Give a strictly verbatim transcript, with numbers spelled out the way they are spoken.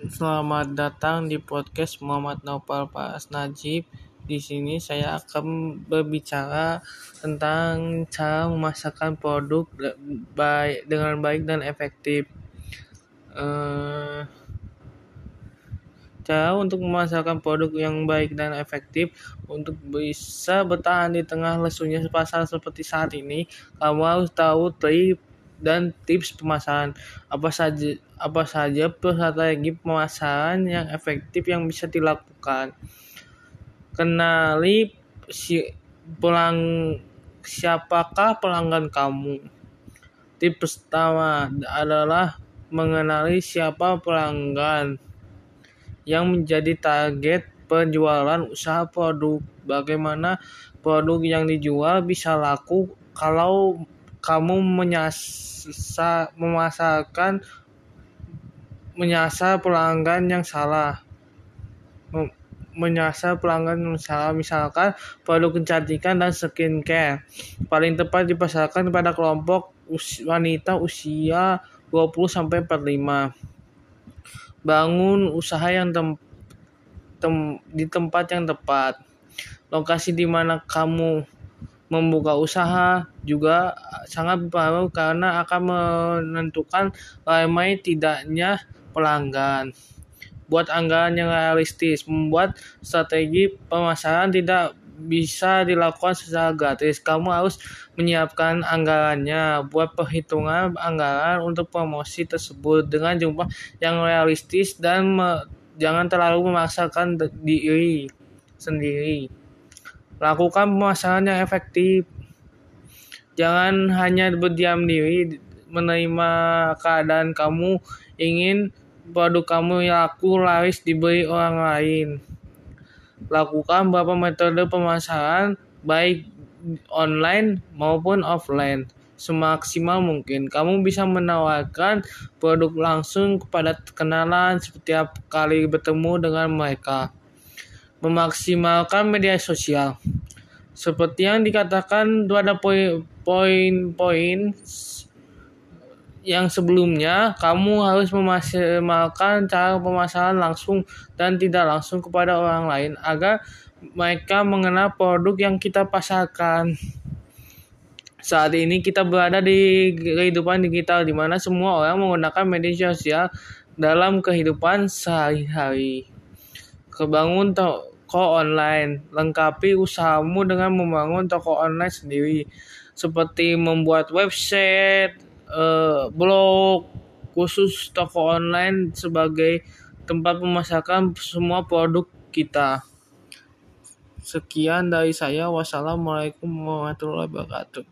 Selamat datang di podcast Muhammad Naufal Faiz Najib. Di sini saya akan berbicara tentang cara memasarkan produk baik dengan baik dan efektif. Eh, cara untuk memasarkan produk yang baik dan efektif untuk bisa bertahan di tengah lesunya pasar seperti saat ini, kamu harus tahu trik dan tips pemasaran. Apa saja apa saja strategi pemasaran yang efektif yang bisa dilakukan. Kenali si pelang siapakah pelanggan kamu. Tips pertama adalah mengenali siapa pelanggan yang menjadi target penjualan usaha produk. Bagaimana produk yang dijual bisa laku kalau kamu menyasar, memasarkan menyasar pelanggan yang salah. Menyasar pelanggan yang salah, misalkan produk kecantikan dan skincare paling tepat dipasarkan pada kelompok us- wanita usia dua puluh sampai empat puluh lima. Bangun usaha yang tem- tem- di tempat yang tepat. Lokasi di mana kamu membuka usaha juga sangat berpengaruh karena akan menentukan ramai tidaknya pelanggan. Buat anggaran yang realistis. Membuat strategi pemasaran tidak bisa dilakukan secara gratis. Kamu harus menyiapkan anggarannya. Buat perhitungan anggaran untuk promosi tersebut dengan jumlah yang realistis dan me- jangan terlalu memaksakan diri sendiri. Lakukan pemasaran yang efektif. Jangan hanya berdiam diri menerima keadaan kamu ingin produk kamu laku laris dibeli orang lain. Lakukan beberapa metode pemasaran baik online maupun offline semaksimal mungkin. Kamu bisa menawarkan produk langsung kepada kenalan setiap kali bertemu dengan mereka. Memaksimalkan media sosial. Seperti yang dikatakan pada poin-poin yang sebelumnya, kamu harus memaksimalkan cara pemasaran langsung dan tidak langsung kepada orang lain agar mereka mengenal produk yang kita pasarkan. Saat ini kita berada di kehidupan digital di mana semua orang menggunakan media sosial dalam kehidupan sehari-hari. Kebangun toko online. Lengkapi usahamu dengan membangun toko online sendiri, seperti membuat website, eh, blog khusus toko online sebagai tempat memasarkan semua produk kita. Sekian dari saya. Wassalamualaikum warahmatullahi wabarakatuh.